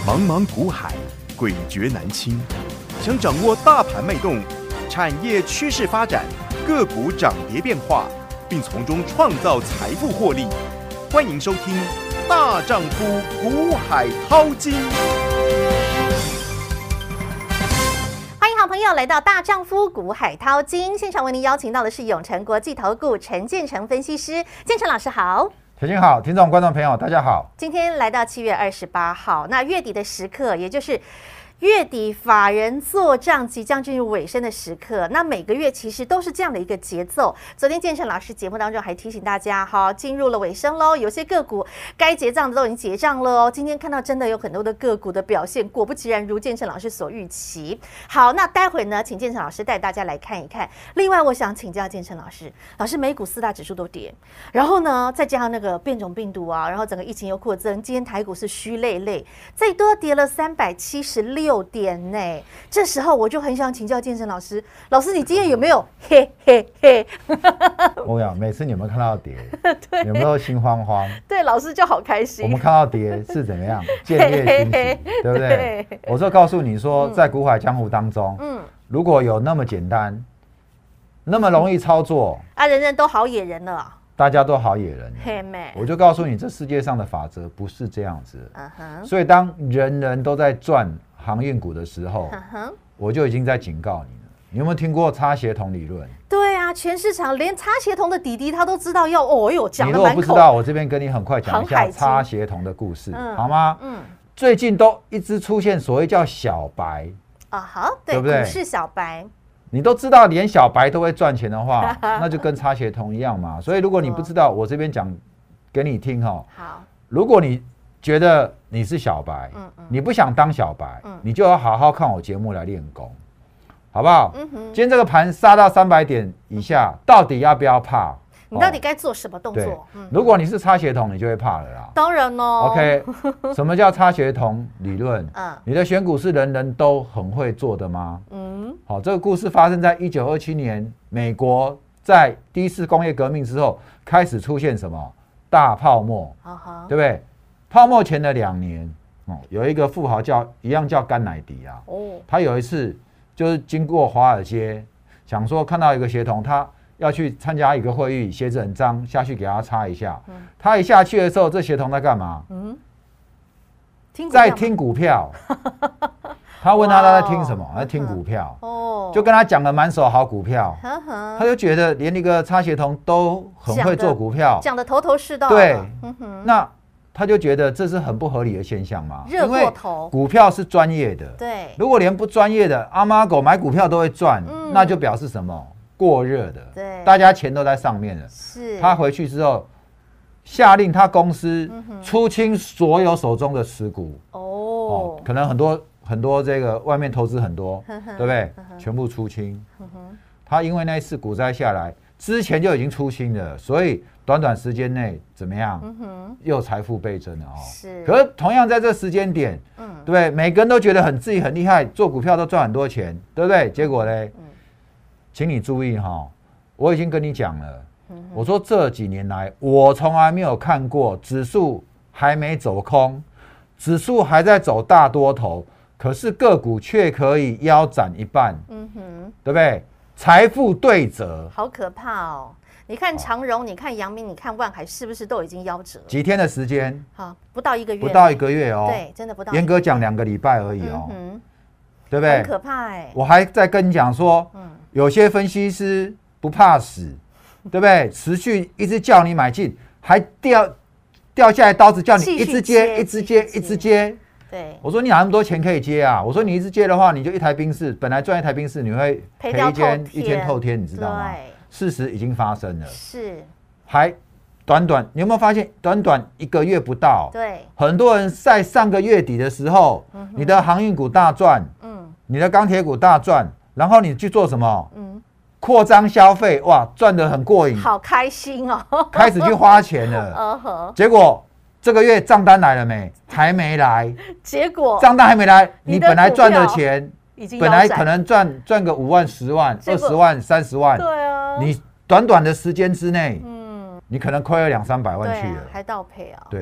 茫茫股海，诡谲难清。想掌握大盘脉动、产业趋势发展、个股涨跌变化，并从中创造财富获利，欢迎收听《大丈夫股海淘金》。 好朋友来到大丈夫股海淘金现场，为您邀请到的是永诚国际投顾陈建成分析师。建成老师好。 田心好，听众观众朋友大家好。 今天来到7月28号，那月底的时刻，也就是月底法人做账即将进入尾声的时刻，那每个月其实都是这样的一个节奏。昨天建成老师节目当中还提醒大家，好，进入了尾声喽，有些个股该结账的都已经结账了哦。今天看到真的有很多的个股的表现，果不其然如建成老师所预期。好，那待会呢，请建成老师带大家来看一看。另外，我想请教建成老师，美股4大指数都跌，然后呢，再加上那个变种病毒啊，然后整个疫情又扩增，今天台股是虚累累，最多跌了376点呢，这时候我就很想请教建成老师，你今天有没有嘿嘿嘿？ 我想每次你有没有看到跌，有没有心慌慌？ 对，老师就好开心。 我们看到跌是怎么样？见猎欣喜，对不对？我就告诉你说，在股海江湖当中，如果有那么简单，那么容易操作啊，人人都好野人了。 大家都好野人，我就告诉你，这世界上的法则不是这样子。所以当人人都在赚航运股的时候，我就已经在警告你了。你有没有听过擦鞋童理论？ 对啊，全市场连擦鞋童的弟弟他都知道要讲得满口。 你如果不知道，我这边跟你很快讲一下擦鞋童的故事，好吗？最近都一直出现所谓叫小白对不对？ 股市小白。 你都知道连小白都会赚钱的话，那就跟擦鞋童一样嘛。所以如果你不知道，我这边讲给你听好。如果你觉得你是小白，你不想当小白，你就要好好看我节目来练功，好不好？今天这个盘杀到300点以下，到底要不要怕？ 你到底该做什么动作？ 如果你是擦鞋童，你就会怕了啦。 当然哦。 OK， 什么叫擦鞋童理论？你的选股是人人都很会做的吗？好，这个故事发生在1927年，美国在第一次工业革命之后开始出现什么大泡沫，对不对？泡沫前的2年，有一个富豪一样叫甘乃迪啊。他有一次就是经过华尔街，想说看到一个鞋童，他要去参加一个会议，鞋子很脏，下去给他擦一下。他一下去的时候，这鞋童在干嘛？在听股票。他问他在听什么？在听股票。就跟他讲了满手好股票。他就觉得连一个擦鞋童都很会做股票， 讲得头头是道。 对，那他就觉得这是很不合理的现象嘛。 热过头。 因为股票是专业的。 对。 如果连不专业的阿猫狗买股票都会赚，那就表示什么？过热的， 对， 大家钱都在上面了。 是， 他回去之后，下令他公司出清所有手中的持股。可能很多这个外面投资很多，对不对？全部出清。他因为那一次股灾下来，之前就已经出清了，所以短短时间内怎么样？又财富倍增了哦。是。可是同样在这时间点，对不对？每个人都觉得自己很厉害，做股票都赚很多钱，对不对？结果呢？请你注意我已经跟你讲了，我说这几年来我从来没有看过指数还没走空，指数还在走大多头，可是个股却可以腰斩一半，对不对？财富对折， 好可怕哦！你看长荣，你看阳明，你看万海，是不是都已经夭折？ 几天的时间？ 不到1个月， 不到1个月哦。 对，真的不到。 严格讲2个礼拜而已哦。对不对？ 很可怕我还在跟你讲说，有些分析师不怕死，对不对？持续一直叫你买进，还掉下来刀子叫你一直接，一直接，一直接。 对， 我说你哪那么多钱可以接啊？我说你一直接的话，你就一台宾士，本来赚一台宾士，你会赔一天透天，你知道吗？事实已经发生了。是，还短，你有没有发现短1个月不到？ 对， 很多人在上个月底的时候，你的航运股大赚，你的钢铁股大赚，然后你去做什么？扩张消费，哇，赚得很过瘾， 好开心哦！ 开始去花钱了。结果这个月账单来了没？还没来。结果账单还没来，你本来赚的钱，本来可能赚个5万、10万、20万、30万，对啊，你短的时间之内，你可能亏了200-300万去了， 还倒赔啊。 对，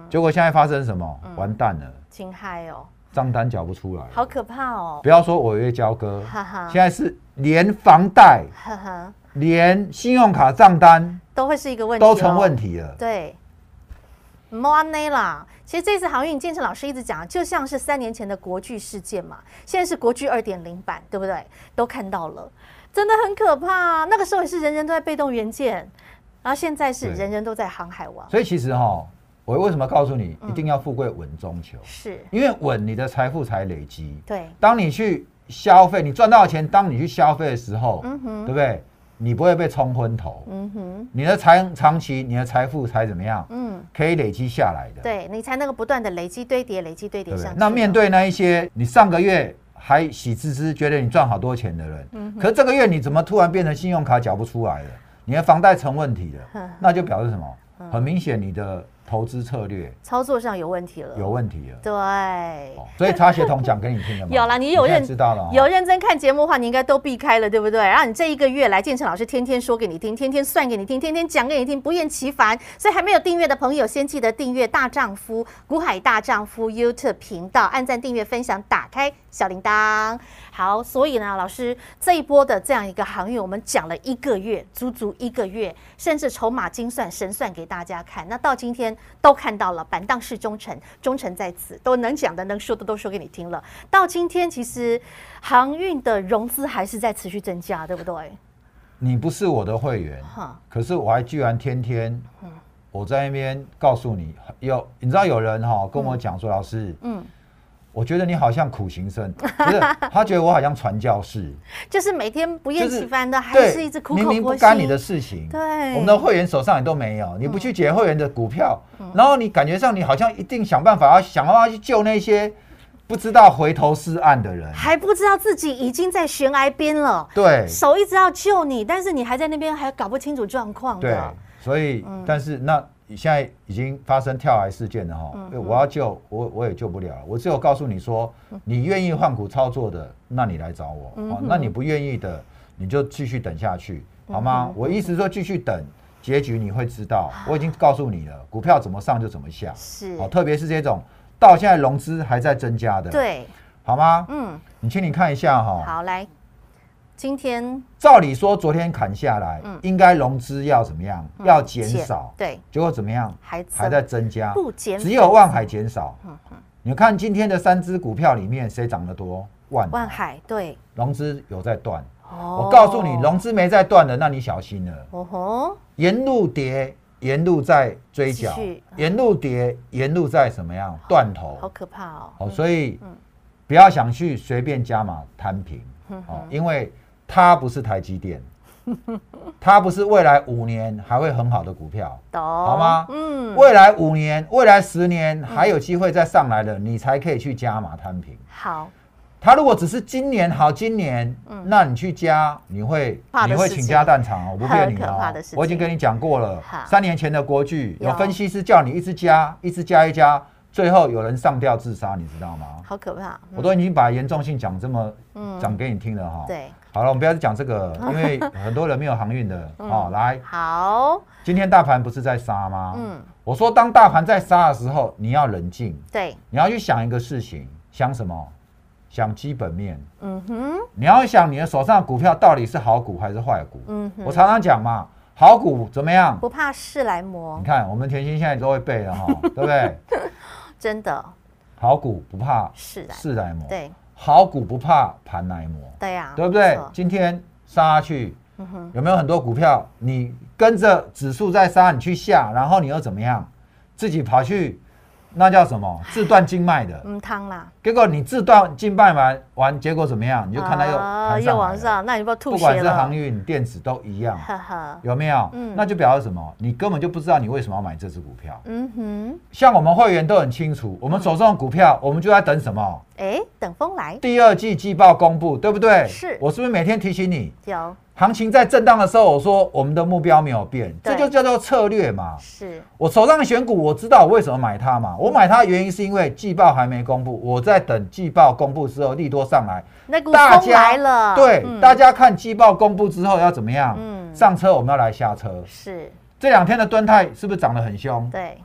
结果现在发生什么？完蛋了， 惊嗨哦， 账单缴不出来， 好可怕哦！ 不要说违约交割，现在是连房贷、连信用卡账单都会是一个问题， 都成问题了。 对，没安内啦。其实这次航运，建成老师一直讲，就像是3年前的国巨事件嘛，现在是国巨2.0版，对不对？都看到了，真的很可怕。那个时候也是人人都在被动元件，然后现在是人人都在航海王。 所以其实我为什么告诉你一定要富贵稳中求？是因为稳，你的财富才累积。对，当你去消费，你赚到的钱，当你去消费的时候，对不对？你不会被冲昏头。你的长期，你的财富才怎么样？可以累积下来的。对，你才能够不断的累积堆叠，累积堆叠上去。那面对那一些你上个月还喜滋滋觉得你赚好多钱的人，可是这个月你怎么突然变成信用卡缴不出来了？你的房贷成问题了，那就表示什么？很明显，你的投资策略操作上有问题了， 有问题了。 对， 所以擦鞋童讲给你听了吗？ 有啦，你有知道了，有认真看节目的话，你应该都避开了，对不对？然后你这一个月来，建成老师天天说给你听，天天算给你听，天天讲给你听，不厌其烦。所以还没有订阅的朋友，先记得订阅大丈夫股海大丈夫 YouTube 频道，按赞、订阅、分享，打开小铃铛。好，所以呢，老师这一波的这样一个航运，我们讲了1个月，足足1个月，甚至筹码精算、神算给大家看。那到今天都看到了，板荡是忠诚，忠诚在此，都能讲的、能说的都说给你听了。到今天，其实航运的融资还是在持续增加，对不对？ 你不是我的会员，可是我还居然天天，我在那边告诉你，你知道有人跟我讲说，老师，我觉得你好像苦行僧，不是？他觉得我好像传教士， 就是每天不厌其烦的，还是一直苦口婆心。 明明不干你的事情，对，我们的会员手上也都没有，你不去解会员的股票，然后你感觉上你好像一定想办法要去救那些不知道回头是岸的人， 还不知道自己已经在悬崖边了，对，手一直要救你，但是你还在那边还搞不清楚状况的， 对，所以但是那。现在已经发生跳崖事件了我要救我也救不了了，我只有告诉你说，你愿意换股操作的，那你来找我那你不愿意的，你就继续等下去，好吗？我意思说继续等，结局你会知道，我已经告诉你了，股票怎么上就怎么下，是特别是这种到现在融资还在增加的，对，好吗？你请你看一下好， 来。今天照理说，昨天砍下来，应该融资要怎么样？要减少，对，结果怎么样？还在增加，不减，只有万海减少。你看今天的3只股票里面，谁涨得多？万海，对，融资有在断。我告诉你，融资没在断的，那你小心了。沿路跌，沿路在追缴，沿路跌，沿路在什么样？断头， 好可怕哦。 所以不要想去随便加码摊平，因为。它不是台积电，它不是未来5年还会很好的股票，好吗？未来5年、未来10年还有机会再上来的，你才可以去加码摊平。好，它如果只是今年好，今年，那你去加，你会倾家荡产我不骗你我已经跟你讲过了，3年前的国巨有分析师叫你一直加，一直加一加。最后有人上吊自杀，你知道吗？ 好可怕！ 我都已经把严重性讲这么讲给你听了对，好了，我们不要讲这个，因为很多人没有航运的来，好，今天大盘不是在杀吗？我说当大盘在杀的时候，你要冷静，对，你要去想一个事情，想什么？想基本面。你要想你的手上的股票到底是好股还是坏股。我常常讲嘛。好股怎么样？ 不怕事来磨。 你看，我们甜心现在都会背了对不对？ 真的， 好股不怕事来磨， 对， 好股不怕盘来磨， 对呀， 对不对？今天杀下去，有没有很多股票你跟着指数在杀，你去下，然后你又怎么样？自己跑去那叫什么？自断经脉的，汤啦。结果你自断经脉完，结果怎么样？你就看它又往上，那你不要吐血了。 不管是航运、电子都一样，有没有？那就表示什么？你根本就不知道你为什么要买这只股票。像我们会员都很清楚，我们手上的股票，我们就在等什么？ 等风来。 第2季季报公布，对不对？ 是。 我是不是每天提醒你？ 有。 行情在震荡的时候，我说我们的目标没有变，这就叫做策略嘛。是我手上的选股，我知道我为什么买它嘛。我买它的原因是因为季报还没公布，我在等季报公布之后利多上来， 那股风来了。 对，大家看季报公布之后要怎么样？上车我们要来下车。是这2天的敦泰是不是涨得很凶？对，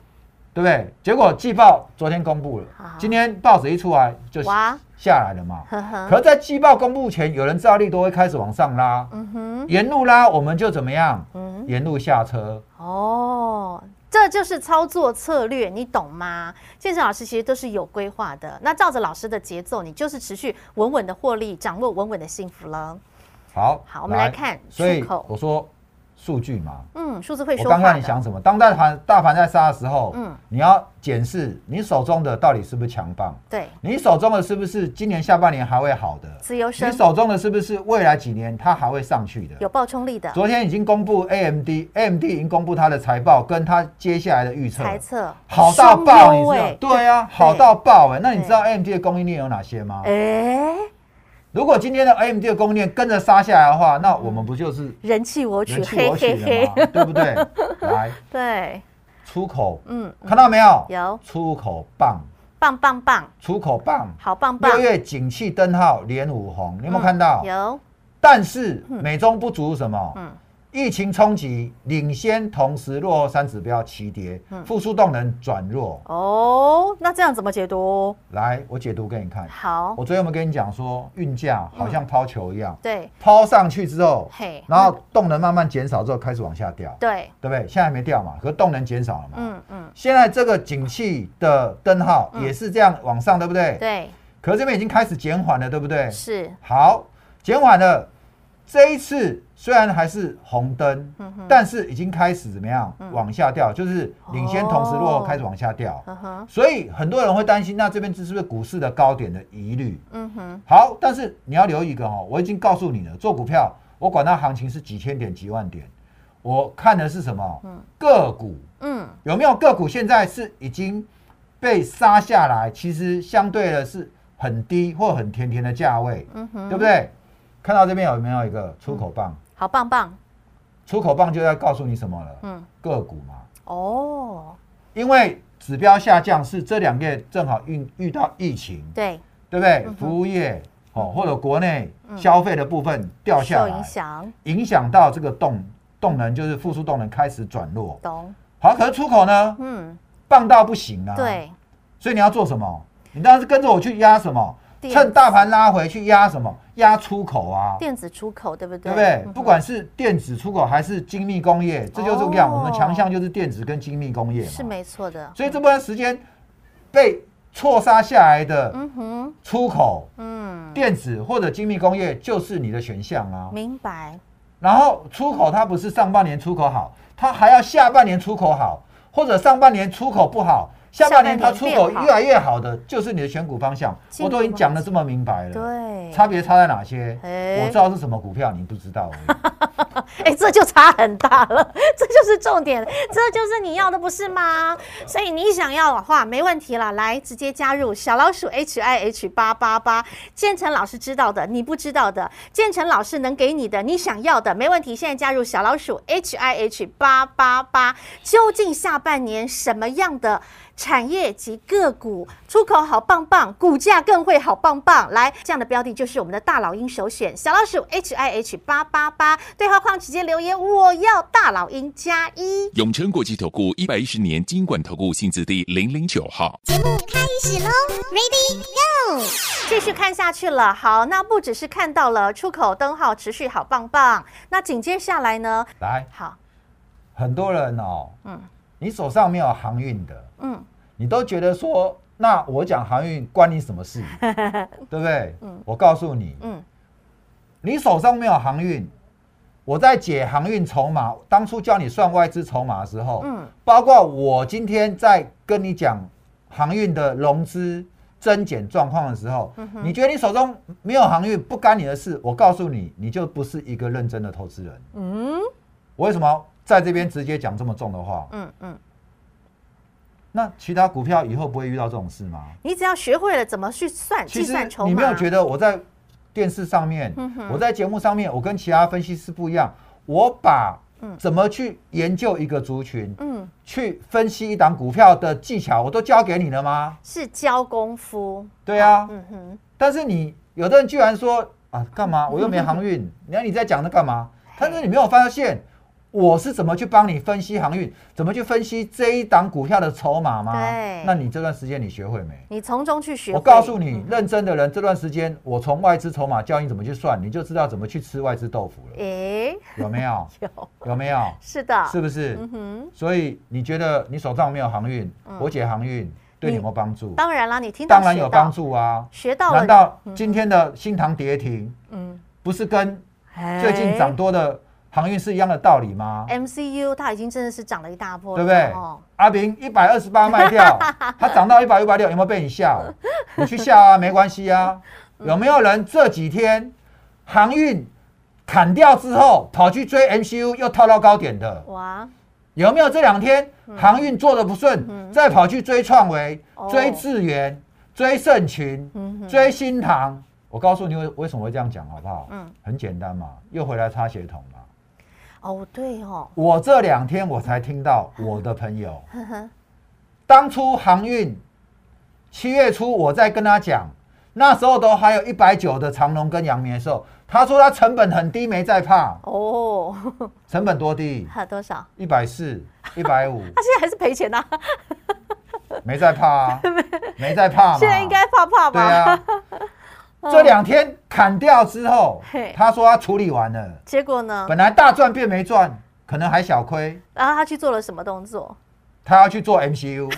对不对？结果季报昨天公布了，今天报纸一出来就下来了嘛。可是在季报公布前，有人知道利多会开始往上拉，沿路拉我们就怎么样？沿路下车。 哦，这就是操作策略，你懂吗？建成老师其实都是有规划的，那照着老师的节奏，你就是持续稳稳的获利，掌握稳稳的幸福了。好，我们来看出口。 所以我说数据嘛， 数字会说话的。 我刚刚你想什么？当大盘在杀的时候，你要检视你手中的到底是不是强棒， 对， 你手中的是不是今年下半年还会好的， 自由身， 你手中的是不是未来几年它还会上去的， 有爆冲力的。 昨天已经公布 AMD 已经公布它的财报跟它接下来的预测，好到爆，你知道？对啊，好到爆那你知道 AMD 的供应链有哪些吗？如果今天的 AMD 的供应链跟着杀下来的话，那我们不就是人气我取， 了嘛？对不对？来， 对， 出口，看到没有？ 有出口棒， 棒， 出口棒， 好棒。 6月景气灯号连五红，你有没有看到？ 有。 但是美中不足什么？疫情冲击领先，同时落后3指标齐跌，复苏动能转弱。 那这样怎么解读？ 来，我解读给你看。 好， 我昨天有没有跟你讲说，运价好像抛球一样， 对， 抛上去之后，然后动能慢慢减少之后开始往下掉， 对不对？现在还没掉嘛，可是动能减少了嘛。现在这个景气的灯号也是这样往上，对不对？ 对。 可是这边已经开始减缓了，对不对？ 是。 好，减缓了。这一次虽然还是红灯，但是已经开始怎么样往下掉，就是领先同时落后开始往下掉。所以很多人会担心，那这边是不是股市的高点的疑虑？好，但是你要留意一个我已经告诉你了，做股票我管它行情是几千点几万点，我看的是什么？个股。有没有个股现在是已经被杀下来，其实相对的是很低或很甜甜的价位，对不对？看到这边有没有一个出口棒？ 好棒！ 出口棒就在告诉你什么了？个股嘛。因为指标下降是这2个月正好遇到疫情，对不对？服务业或者国内消费的部分掉下来，影响到这个动能，就是复苏动能开始转弱。懂。好，可是出口呢？棒到不行啊。对。所以你要做什么？你当然是跟着我去压什么？趁大盘拉回去压什么？压出口啊， 电子出口，对不对？ 对不对？不管是电子出口还是精密工业，这就是这样。我们强项就是电子跟精密工业嘛， 是没错的。 所以这段时间被错杀下来的出口，电子或者精密工业就是你的选项啊。 明白。 然后出口它不是上半年出口好，它还要下半年出口好，或者上半年出口不好。下半年它出口越来越好的，就是你的选股方向。我都已经讲得这么明白了，对，差别差在哪些？我知道是什么股票，你不知道而已。 这就差很大了，这就是重点，这就是你要的，不是吗？所以你想要的话，没问题了，来直接加入小老鼠 HIH888，建成老师知道的，你不知道的，建成老师能给你的，你想要的，没问题。现在加入小老鼠 HIH888，究竟下半年什么样的产业及个股出口好棒棒，股价更会好棒棒。来，这样的标的就是我们的大老鹰首选，小老鼠 HIH888，对话框直接留言，我要大老鹰+1。 永诚国际投顾110年金管投顾新字第009号。 节目开始喽 ，Ready Go！ 继续看下去了。好，那不只是看到了出口灯号持续好棒棒，那紧接下来呢？ 来，好，很多人你手上没有航运的，你都觉得说，那我讲航运关你什么事，对不对？我告诉你，你手上没有航运，我在解航运筹码，当初教你算外资筹码的时候，包括我今天在跟你讲航运的融资增减状况的时候，你觉得你手中没有航运不干你的事，我告诉你，你就不是一个认真的投资人。我为什么在这边直接讲这么重的话？那其他股票以后不会遇到这种事吗？ 你只要学会了怎么去计算筹码。 你没有觉得我在电视上面，我在节目上面，我跟其他分析师不一样，我把怎么去研究一个族群，去分析一档股票的技巧，我都教给你了吗？ 是教功夫。 对啊，但是你有的人居然说啊，干嘛？我又没航运，你在讲那干嘛？但是你没有发现， 我是怎么去帮你分析航运，怎么去分析这一档股票的筹码吗？ 对， 那你这段时间你学会没？ 你从中去学会。 我告诉你，认真的人这段时间，我从外资筹码教你怎么去算，你就知道怎么去吃外资豆腐了。有没有？有没有？ 是的， 是不是？所以你觉得你手上没有航运，我解航运对你有没有帮助？ 当然啦，你听到当然有帮助啊。 学到了。 难道今天的新唐跌停，不是跟最近涨多的航运是一样的道理吗 ？MCU 它已经真的是涨了一大波， 对不对？阿平128卖掉，它涨到100、160，有没有被你吓？你去吓啊，没关系啊。有没有人这几天航运砍掉之后，跑去追 MCU 又套到高点的？哇！有没有这2天航运做的不顺，再跑去追创维、追智原、追盛群、追新唐？我告诉你为什么会这样讲，好不好？很简单嘛，又回来擦鞋桶嘛。 哦，对哦， 我这2天我才听到我的朋友，当初航运7月初我在跟他讲，那时候都还有190的长荣跟阳明的时候，他说他成本很低，没在怕。哦，成本多低？ 多少 ？140、150。 他现在还是赔钱啊？ 没在怕啊，没在怕嘛。 现在应该怕吧？ 对啊。这2天砍掉之后，他说他处理完了， 结果呢？ 本来大赚变没赚，可能还小亏。 然后他去做了什么动作？ 他要去做 MCU。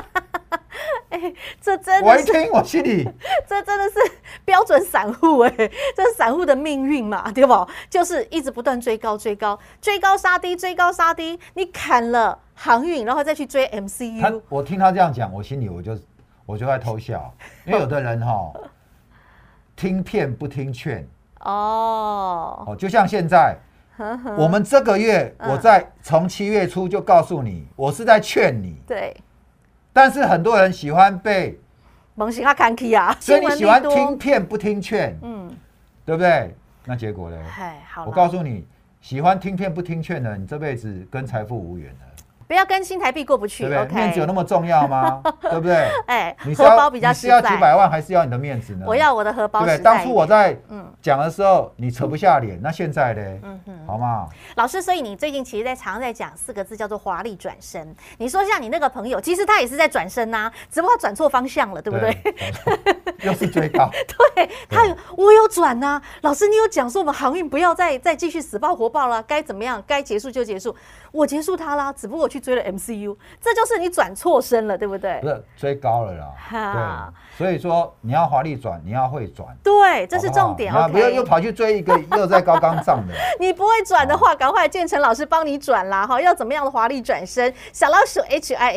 这真的我一听我心里， 这真的是标准散户这是散户的命运嘛，对不？就是一直不断追高，追高杀低，追高杀低。你砍了航运，然后再去追 MCU。 我听他这样讲，我心里我就在偷笑，因为有的人听骗不听劝哦，就像现在，我们这个月我在从7月初就告诉你，我是在劝你， 对。 但是很多人喜欢被蒙喜他看 K 啊， 所以你喜欢听骗不听劝，对不对？那结果呢？我告诉你，喜欢听骗不听劝的，你这辈子跟财富无缘了。 不要跟新台币过不去， 对不对？面子有那么重要吗？对不对？ 荷包比较实在。 你是要几百万，还是要你的面子呢？ 我要我的荷包实在。 对，当初我在讲的时候，你扯不下脸，那现在呢？好吗？ 老师，所以你最近其实常在讲4个字，叫做华丽转身。你说像你那个朋友，其实他也是在转身呐，只不过他转错方向了，对不对？ 又是追高。 对，我有转呐。老师，你有讲说我们航运不要再继续死抱活抱了，该怎么样？该结束就结束。我结束它啦，只不过我去追了 MCU， 这就是你转错身了，对不对？ 不是追高了啦，对，所以说你要华丽转，你要会转， 对，这是重点。 不要又跑去追一个又在高岗上的。 你不会转的话，赶快建成老师帮你转啦！要怎么样的华丽转身？小老鼠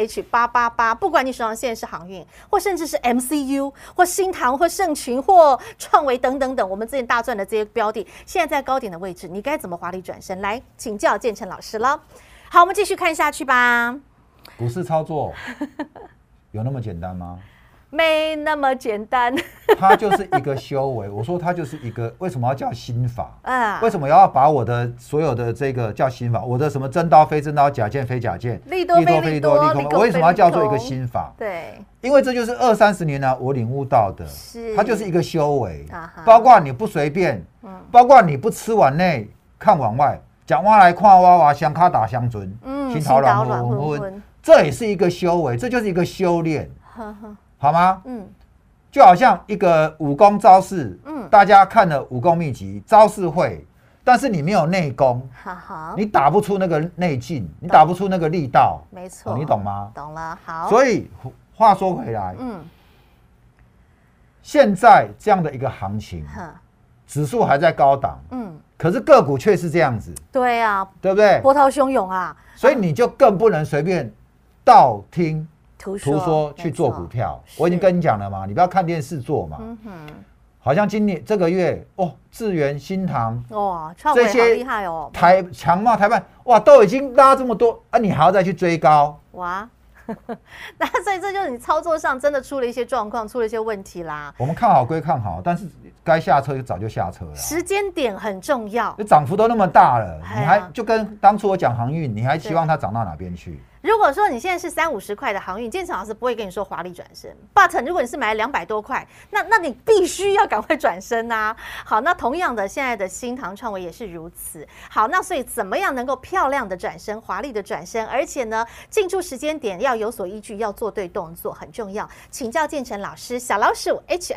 HIH888，不管你手上现在是航运，或甚至是 MCU， 或新唐，或盛群，或创维等等等，我们之前大赚的这些标的，现在在高点的位置，你该怎么华丽转身？来请教建成老师了。好，我们继续看下去吧。 股市操作有那么简单吗？ 没那么简单。 它就是一个修为。我说它就是一个，为什么要叫心法？为什么要把我的所有的这个叫心法？我的什么真刀非真刀，假剑非假剑， 利多非利多， 利空。我为什么要叫做一个心法？ 对， 因为这就是20-30年来我领悟到的，它就是一个修为。包括你不随便，包括你不吃碗内看碗外。讲话来看娃娃，相卡打相尊，心头软昏昏，这也是一个修为，这就是一个修炼，好吗？就好像一个武功招式，大家看了武功秘籍，招式会，但是你没有内功，你打不出那个内劲，你打不出那个力道， 没错， 你懂吗？ 懂了，好。 所以话说回来，现在这样的一个行情，指数还在高档，可是个股却是这样子， 对啊， 对不对？ 波涛汹涌啊， 所以你就更不能随便道听途说去做股票。我已经跟你讲了嘛，你不要看电视做嘛。好像今年这个月智原、新唐哇，这些好厉害哦， 强茂、台办哇，都已经拉这么多啊，你还要再去追高哇？那所以这就是你操作上真的出了一些状况，出了一些问题啦。 我们看好归看好，但是该下车就早就下车了。 时间点很重要， 涨幅都那么大了，你还就跟当初我讲航运，你还希望它涨到哪边去？ 如果说你现在是30-50块的航运，建成老师不会跟你说华丽转身 ，but 如果你是买了200多块，那你必须要赶快转身啊。好，那同样的，现在的新唐创维也是如此。好，那所以怎么样能够漂亮的转身、华丽的转身，而且呢，进出时间点要有所依据，要做对动作，很重要。请教建成老师，小老鼠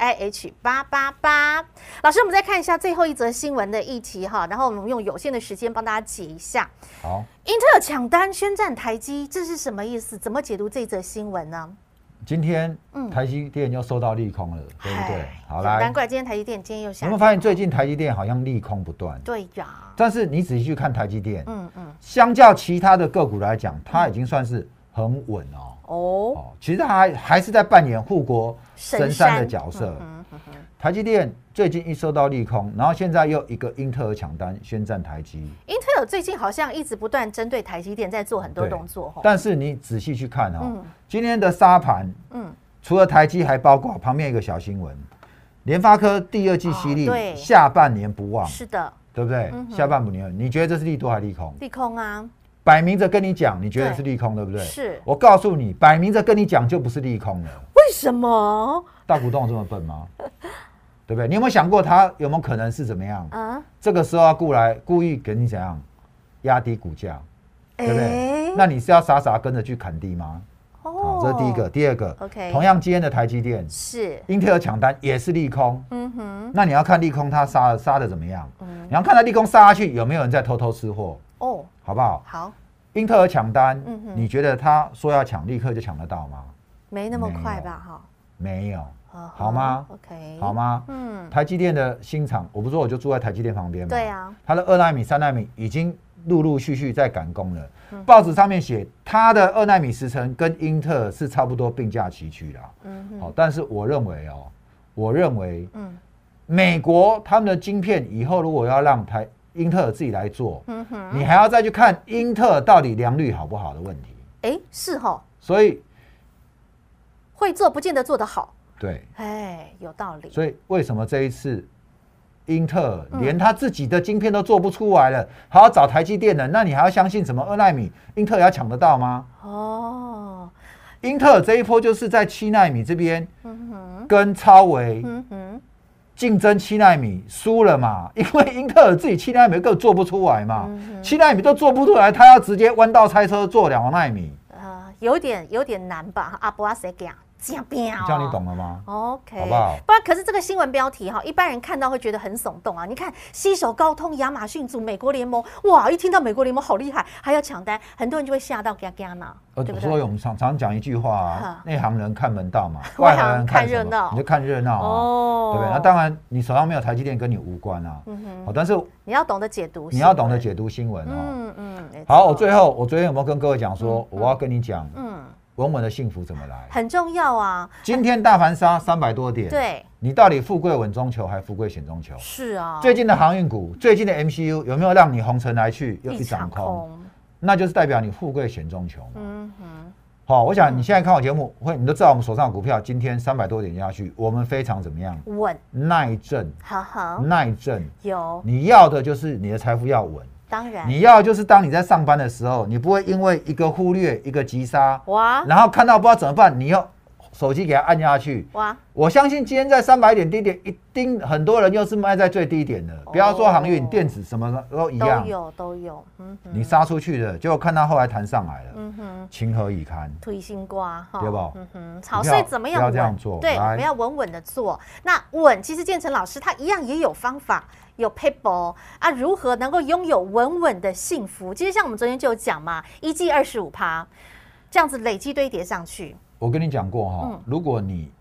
HIH888。老师，我们再看一下最后一则新闻的议题哈，然后我们用有限的时间帮大家解一下。 好， 英特尔抢单宣战台积，这是什么意思？怎么解读这则新闻呢？ 今天台积电又受到利空了，对不对？好，来， 难怪今天台积电今天又下。 有没有发现最近台积电好像利空不断？ 对呀。 但是你仔细去看台积电，相较其他的个股来讲，它已经算是很稳哦。其实它还是在扮演护国神山的角色。台积电最近一受到利空，然后现在又一个英特尔抢单宣战台积。英特尔最近好像一直不断针对台积电在做很多动作。 但是你仔细去看今天的沙盘，除了台积，还包括旁边一个小新闻，联发科第2季息率下半年不旺。 是的， 对不对？下半年你觉得这是利多还是利空？ 利空啊。 摆明着跟你讲，你觉得是利空，对不对？ 是。 我告诉你，摆明着跟你讲就不是利空了。 为什么？ 大股东有这么笨吗？对不对？你有没有想过他有没有可能是怎么样？这个时候要故意给你怎样压低股价，对不对？那你是要傻傻跟着去砍低吗？这是第一个。第二个，同样今天的台积电是英特尔抢单也是利空。那你要看利空它杀的怎么样？你要看它利空杀下去有没有人在偷偷吃货？好不好？ 好。 英特尔抢单，你觉得他说要抢，立刻就抢得到吗？ 没那么快吧？哈， 没有，好吗 ？OK， 好吗？台积电的新厂，我不是说我就住在台积电旁边吗？ 对啊， 它的2奈米、3奈米已经陆陆续续在赶工了。报纸上面写，它的2奈米时程跟英特尔是差不多并驾齐驱啦。好，但是我认为，美国他们的晶片以后如果要让英特尔自己来做，你还要再去看英特尔到底良率好不好的问题。 是齁。 所以会做不见得做得好。 对， 有道理。 所以为什么这一次英特尔连他自己的晶片都做不出来了，还要找台积电的？那你还要相信什么2奈米？英特尔要抢得到吗？英特尔这一波就是在7奈米这边，跟超微。竞争7奈米输了嘛？因为英特尔自己7奈米根本做不出来嘛，7奈米都做不出来，他要直接弯道超车做2奈米， 有点难吧？不然谁讲？这样你懂了吗 ？OK， 好不好？ 不然可是这个新闻标题一般人看到会觉得很耸动啊！你看，携手高通、亚马逊组美国联盟，哇！一听到美国联盟好厉害，还要抢单，很多人就会吓到嘎嘎呢。 所以我们常讲一句话内行人看门道嘛， 外行人看热闹， 你就看热闹对不对？那当然，你手上没有台积电跟你无关啊。但是你要懂得解读， 新闻好，我最后我昨天有没有跟各位讲说，我要跟你讲，稳稳的幸福怎么来？ 很重要啊！ 今天大盘杀300多点， 对， 你到底富贵稳中求还富贵险中求？ 是啊。 最近的航运股，最近的 MCU 有没有让你红尘来去又一场空？那就是代表你富贵险中求嘛。好，我想你现在看我节目，你都知道我们手上的股票今天300多点下去，我们非常怎么样？ 稳， 耐震，耐震。 有， 你要的就是你的财富要稳。 当然， 你要就是当你在上班的时候，你不会因为一个忽略、一个急杀，然后看到不知道怎么办，你要手机给它按下去。我相信今天在300点低点，一定很多人又是卖在最低点的。不要说航运、电子什么都一样， 都有。 你杀出去的，结果看到后来弹上来了，情何以堪？ 推心瓜， 对不？ 好，所以怎么样？ 不要这样做， 对，我们要稳稳的做。那稳，其实建成老师他一样也有方法。有 paper 啊，如何能够拥有稳稳的幸福？其实像我们昨天就有讲嘛，一季25%，这样子累积堆叠上去。 我跟你讲过如果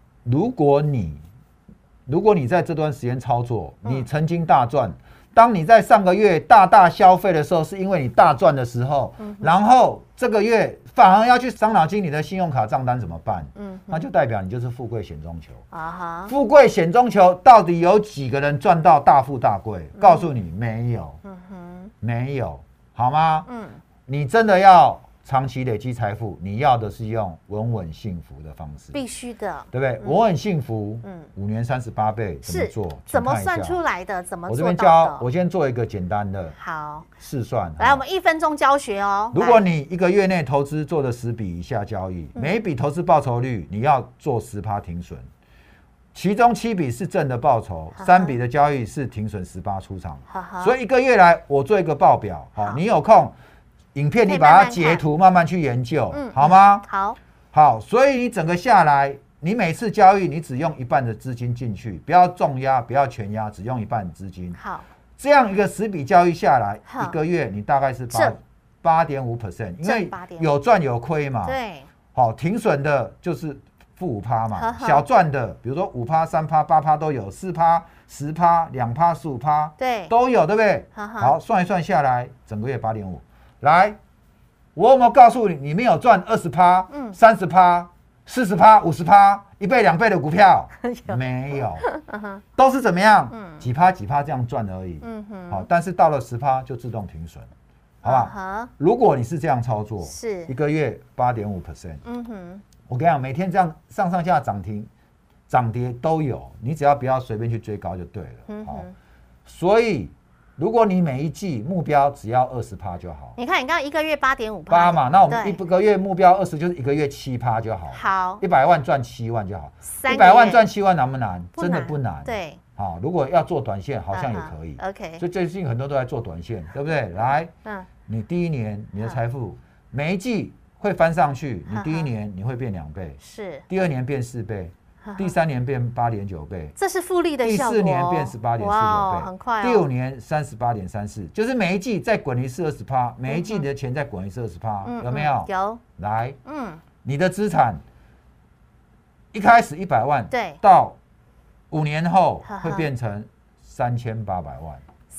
你在这段时间操作，你曾经大赚。当你在上个月大消费的时候，是因为你大赚的时候，然后这个月反而要去伤脑筋，你的信用卡账单怎么办？那就代表你就是富贵险中求。富贵险中求，到底有几个人赚到大富大贵？告诉你，没有，没有，好吗？你真的要长期累积财富，你要的是用稳稳幸福的方式， 必须的， 对不对？稳稳幸福，5年38倍怎么做？ 怎么算出来的？怎么做到的？ 我这边教，我先做一个简单的好试算。 来，我们1分钟教学哦。 如果你1个月内投资做的10笔以下交易，每一笔投资报酬率你要做10%停损，其中7笔是正的报酬，3笔的交易是停损18出场。所以1个月来我做一个报表，好，你有空。影片你把它截图，慢慢去研究，好吗？好，所以你整个下来，你每次交易你只用一半的资金进去，不要重压，不要全压，只用一半的资金。好，这样一个10笔交易下来，1个月你大概是8.5%，因为有赚有亏嘛。对，好，停损的就是负5%嘛，小赚的，比如说5%、3%、8%都有，4%、10%、2%、15%，对，都有，对不对？好，算一算下来，整个月8.5%。来，我有没有告诉你，你没有赚20%、30%、40%、50%、1倍、2倍的股票？没有，都是怎么样？几趴这样赚而已。好，但是到了10%就自动停损，好不好？如果你是这样操作，是1个月8.5%。我跟你讲，每天这样上下涨停、涨跌都有，你只要不要随便去追高就对了。好，所以。如果你每一季目标只要20%就好， 你看你刚刚1个月8.5% 嘛，那我们1个月目标20就是1个月7%就好。好，100万赚7万就好。100万赚7万难不难？真的不难。对，好，如果要做短线，好像也可以。OK， 所以最近很多都在做短线，对不对？来，你第1年你的财富每一季会翻上去，你第1年你会变2倍，是，第2年变4倍。第3年变8.9倍， 这是复利的效果。 第4年变18.49倍，很快。第5年38.34，就是每一季再滚一次20%，每一季的钱再滚一次20%，有没有？有。来，你的资产一开始100万，对，到5年后会变成3800万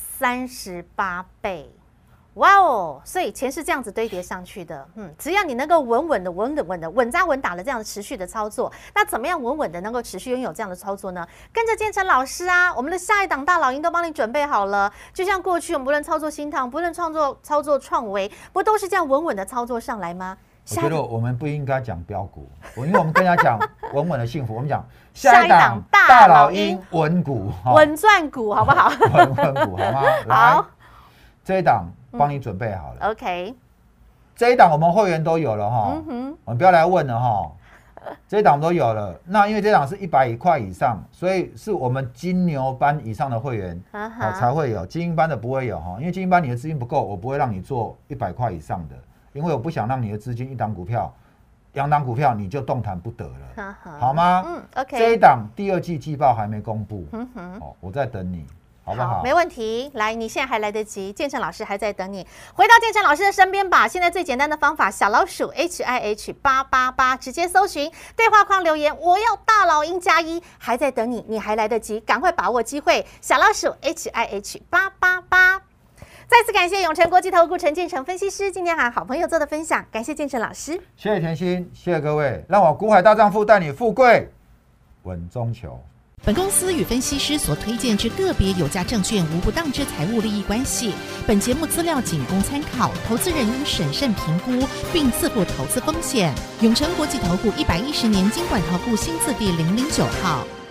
，38倍。哇哦！所以钱是这样子堆叠上去的，只要你能够稳稳的、稳扎稳打的这样持续的操作，那怎么样稳稳的能够持续拥有这样的操作呢？跟着建成老师啊，我们的下一档大老鹰都帮你准备好了。就像过去我们不论操作新唐，不论操作创维，不都是这样稳稳的操作上来吗？ 我觉得我们不应该讲标股，因为我们跟人家讲稳稳的幸福，我们讲下一档大老鹰稳股、 稳赚股，好不好？ 稳股好吗？好，这一档。帮你准备好了。OK， 这一档我们会员都有了哈，我们不要来问了哈。这一档我们都有了，那因为这一档是100块以上，所以是我们金牛班以上的会员才会有，精英班的不会有哈，因为精英班你的资金不够，我不会让你做100块以上的，因为我不想让你的资金1档股票、2档股票你就动弹不得了，好吗？OK， 这一档第2季季报还没公布，我在等你。好不好？ 没问题。来，你现在还来得及，建成老师还在等你，回到建成老师的身边吧。现在最简单的方法，小老鼠 HIH888，直接搜寻，对话框留言，我要大老鹰+1，还在等你，你还来得及，赶快把握机会。小老鼠 HIH888。再次感谢永诚国际投顾陈建成分析师今天和好朋友做的分享，感谢建成老师， 谢谢甜心，谢谢各位，让我股海大丈夫带你富贵稳中求。 本公司与分析师所推荐之个别有价证券无不当之财务利益关系。本节目资料仅供参考，投资人应审慎评估并自负投资风险。永诚国际投顾110年金管投顾新字第009号。